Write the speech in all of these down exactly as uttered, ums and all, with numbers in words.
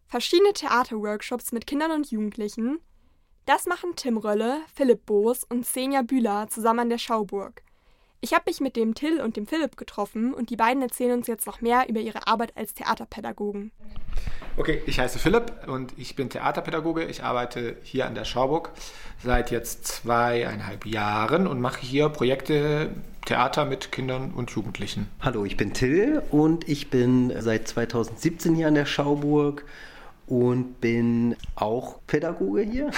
Verschiedene Theaterworkshops mit Kindern und Jugendlichen. Das machen Tim Rölle, Philipp Boos und Xenia Bühler zusammen an der Schauburg. Ich habe mich mit dem Till und dem Philipp getroffen und die beiden erzählen uns jetzt noch mehr über ihre Arbeit als Theaterpädagogen. Okay, ich heiße Philipp und ich bin Theaterpädagoge. Ich arbeite hier an der Schauburg seit jetzt zweieinhalb Jahren und mache hier Projekte Theater mit Kindern und Jugendlichen. Hallo, ich bin Till und ich bin seit zweitausendsiebzehn hier an der Schauburg und bin auch Pädagoge hier.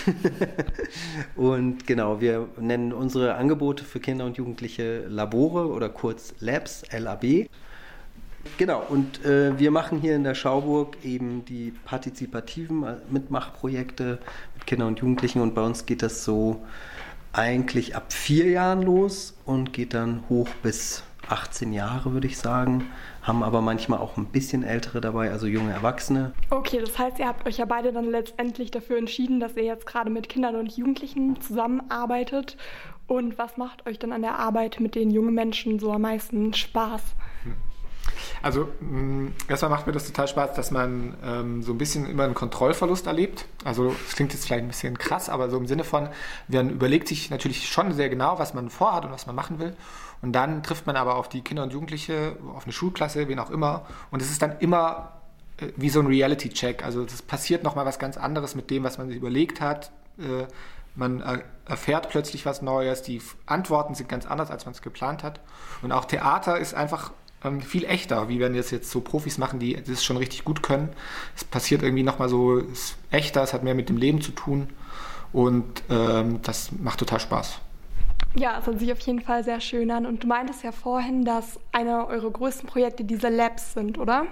Und genau, wir nennen unsere Angebote für Kinder und Jugendliche Labore oder kurz Labs, L A B. Genau, und äh, wir machen hier in der Schauburg eben die partizipativen Mitmachprojekte mit Kindern und Jugendlichen und bei uns geht das so eigentlich ab vier Jahren los und geht dann hoch bis achtzehn Jahre, würde ich sagen. Haben aber manchmal auch ein bisschen Ältere dabei, also junge Erwachsene. Okay, das heißt, ihr habt euch ja beide dann letztendlich dafür entschieden, dass ihr jetzt gerade mit Kindern und Jugendlichen zusammenarbeitet. Und was macht euch dann an der Arbeit mit den jungen Menschen so am meisten Spaß? Also mh, erstmal macht mir das total Spaß, dass man ähm, so ein bisschen immer einen Kontrollverlust erlebt. Also das klingt jetzt vielleicht ein bisschen krass, aber so im Sinne von, man überlegt sich natürlich schon sehr genau, was man vorhat und was man machen will. Und dann trifft man aber auf die Kinder und Jugendliche, auf eine Schulklasse, wen auch immer. Und es ist dann immer äh, wie so ein Reality-Check. Also es passiert nochmal was ganz anderes mit dem, was man sich überlegt hat. Äh, man er- erfährt plötzlich was Neues. Die Antworten sind ganz anders, als man es geplant hat. Und auch Theater ist einfach viel echter, wie wenn jetzt jetzt so Profis machen, die das schon richtig gut können. Es passiert irgendwie nochmal so, es ist echter, es hat mehr mit dem Leben zu tun und ähm, das macht total Spaß. Ja, es hört sich auf jeden Fall sehr schön an. Und du meintest ja vorhin, dass einer eurer größten Projekte diese Labs sind, oder?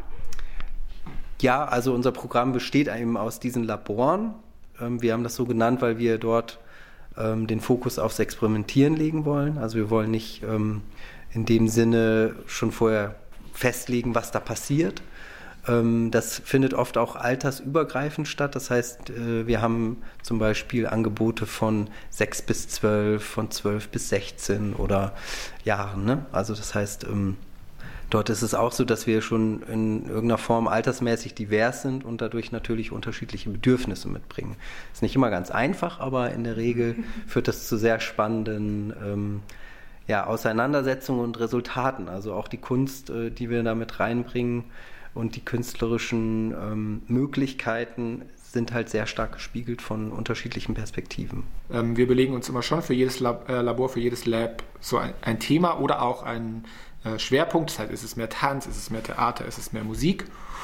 Ja, also unser Programm besteht eben aus diesen Laboren. Ähm, wir haben das so genannt, weil wir dort ähm, den Fokus aufs Experimentieren legen wollen. Also wir wollen nicht ähm, in dem Sinne schon vorher festlegen, was da passiert. Das findet oft auch altersübergreifend statt. Das heißt, wir haben zum Beispiel Angebote von sechs bis zwölf, von zwölf bis sechzehn oder Jahren. Ne? Also das heißt, dort ist es auch so, dass wir schon in irgendeiner Form altersmäßig divers sind und dadurch natürlich unterschiedliche Bedürfnisse mitbringen. Ist nicht immer ganz einfach, aber in der Regel führt das zu sehr spannenden ähm, ja, Auseinandersetzungen und Resultaten. Also auch die Kunst, äh, die wir da mit reinbringen und die künstlerischen ähm, Möglichkeiten sind halt sehr stark gespiegelt von unterschiedlichen Perspektiven. Ähm, wir belegen uns immer schon für jedes Lab, äh, Labor, für jedes Lab so ein, ein Thema oder auch einen äh, Schwerpunkt. Das heißt, ist es mehr Tanz, ist es mehr Theater, ist es mehr Musik?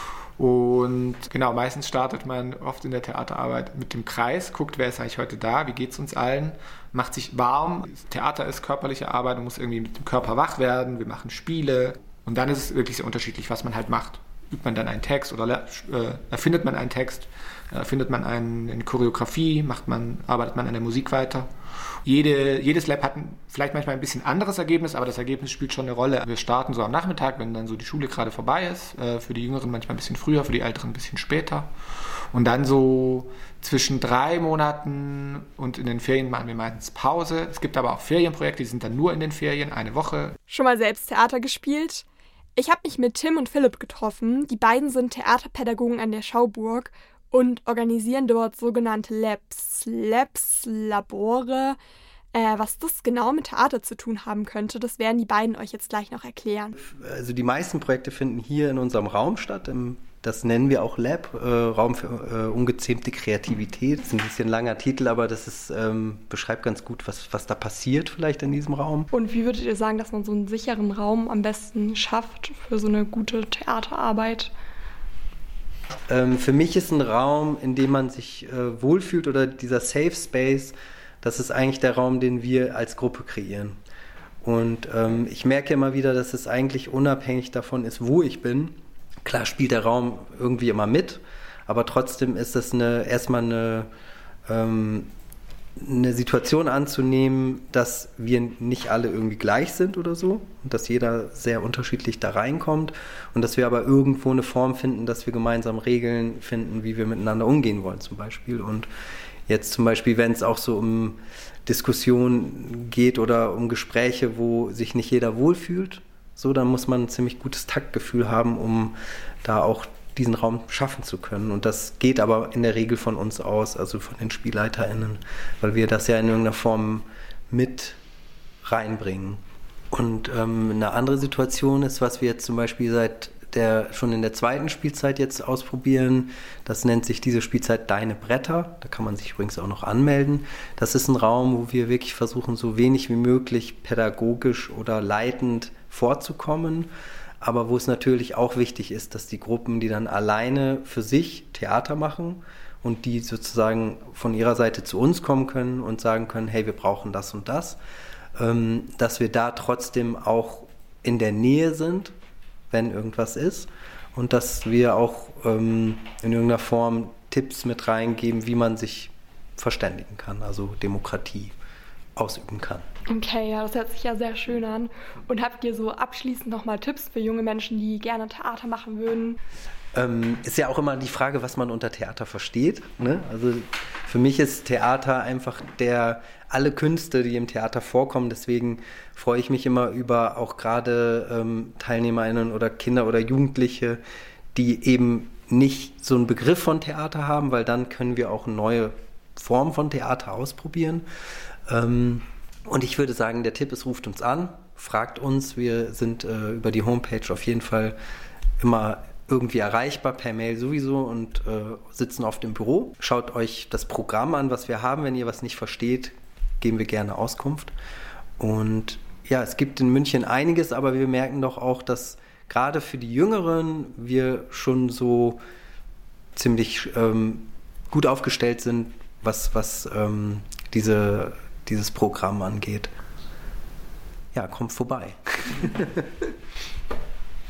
Und genau, meistens startet man oft in der Theaterarbeit mit dem Kreis, guckt, wer ist eigentlich heute da, wie geht es uns allen, macht sich warm. Theater ist körperliche Arbeit, man muss irgendwie mit dem Körper wach werden, wir machen Spiele und dann ist es wirklich sehr unterschiedlich, was man halt macht. Übt man dann einen Text oder äh, erfindet man einen Text, erfindet man einen, eine Choreografie, macht man, arbeitet man an der Musik weiter. Jede, jedes Lab hat ein, vielleicht manchmal ein bisschen anderes Ergebnis, aber das Ergebnis spielt schon eine Rolle. Wir starten so am Nachmittag, wenn dann so die Schule gerade vorbei ist. Äh, für die Jüngeren manchmal ein bisschen früher, für die Älteren ein bisschen später. Und dann so zwischen drei Monaten und in den Ferien machen wir meistens Pause. Es gibt aber auch Ferienprojekte, die sind dann nur in den Ferien, eine Woche. Schon mal selbst Theater gespielt? Ich habe mich mit Tim und Philipp getroffen. Die beiden sind Theaterpädagogen an der Schauburg und organisieren dort sogenannte Labs, Labs, Labore. Äh, was das genau mit Theater zu tun haben könnte, das werden die beiden euch jetzt gleich noch erklären. Also die meisten Projekte finden hier in unserem Raum statt. Im, das nennen wir auch Lab, äh, Raum für äh, ungezähmte Kreativität. Das ist ein bisschen langer Titel, aber das ist, ähm, beschreibt ganz gut, was, was da passiert vielleicht in diesem Raum. Und wie würdet ihr sagen, dass man so einen sicheren Raum am besten schafft für so eine gute Theaterarbeit? Ähm, für mich ist ein Raum, in dem man sich äh, wohlfühlt oder dieser Safe Space, das ist eigentlich der Raum, den wir als Gruppe kreieren. Und ähm, ich merke immer wieder, dass es eigentlich unabhängig davon ist, wo ich bin. Klar spielt der Raum irgendwie immer mit, aber trotzdem ist es eine, erstmal eine, ähm, eine Situation anzunehmen, dass wir nicht alle irgendwie gleich sind oder so und dass jeder sehr unterschiedlich da reinkommt und dass wir aber irgendwo eine Form finden, dass wir gemeinsam Regeln finden, wie wir miteinander umgehen wollen zum Beispiel. Und jetzt zum Beispiel, wenn es auch so um Diskussionen geht oder um Gespräche, wo sich nicht jeder wohlfühlt, so, dann muss man ein ziemlich gutes Taktgefühl haben, um da auch diesen Raum schaffen zu können. Und das geht aber in der Regel von uns aus, also von den SpielleiterInnen, weil wir das ja in irgendeiner Form mit reinbringen. Und ähm, eine andere Situation ist, was wir jetzt zum Beispiel seit der schon in der zweiten Spielzeit jetzt ausprobieren. Das nennt sich diese Spielzeit Deine Bretter. Da kann man sich übrigens auch noch anmelden. Das ist ein Raum, wo wir wirklich versuchen, so wenig wie möglich pädagogisch oder leitend vorzukommen. Aber wo es natürlich auch wichtig ist, dass die Gruppen, die dann alleine für sich Theater machen und die sozusagen von ihrer Seite zu uns kommen können und sagen können, hey, wir brauchen das und das, ähm, dass wir da trotzdem auch in der Nähe sind, wenn irgendwas ist, und dass wir auch ähm, in irgendeiner Form Tipps mit reingeben, wie man sich verständigen kann, also Demokratie ausüben kann. Okay, ja, das hört sich ja sehr schön an. Und habt ihr so abschließend nochmal Tipps für junge Menschen, die gerne Theater machen würden? Ähm, ist ja auch immer die Frage, was man unter Theater versteht, ne? Also für mich ist Theater einfach der, alle Künste, die im Theater vorkommen. Deswegen freue ich mich immer über auch gerade ähm, TeilnehmerInnen oder Kinder oder Jugendliche, die eben nicht so einen Begriff von Theater haben, weil dann können wir auch eine neue Form von Theater ausprobieren. Ähm, und ich würde sagen, der Tipp ist, ruft uns an, fragt uns. Wir sind äh, über die Homepage auf jeden Fall immer irgendwie erreichbar, per Mail sowieso, und äh, sitzen oft im Büro. Schaut euch das Programm an, was wir haben. Wenn ihr was nicht versteht, geben wir gerne Auskunft. Und ja, es gibt in München einiges, aber wir merken doch auch, dass gerade für die Jüngeren wir schon so ziemlich ähm, gut aufgestellt sind, was, was ähm, diese, dieses Programm angeht. Ja, kommt vorbei.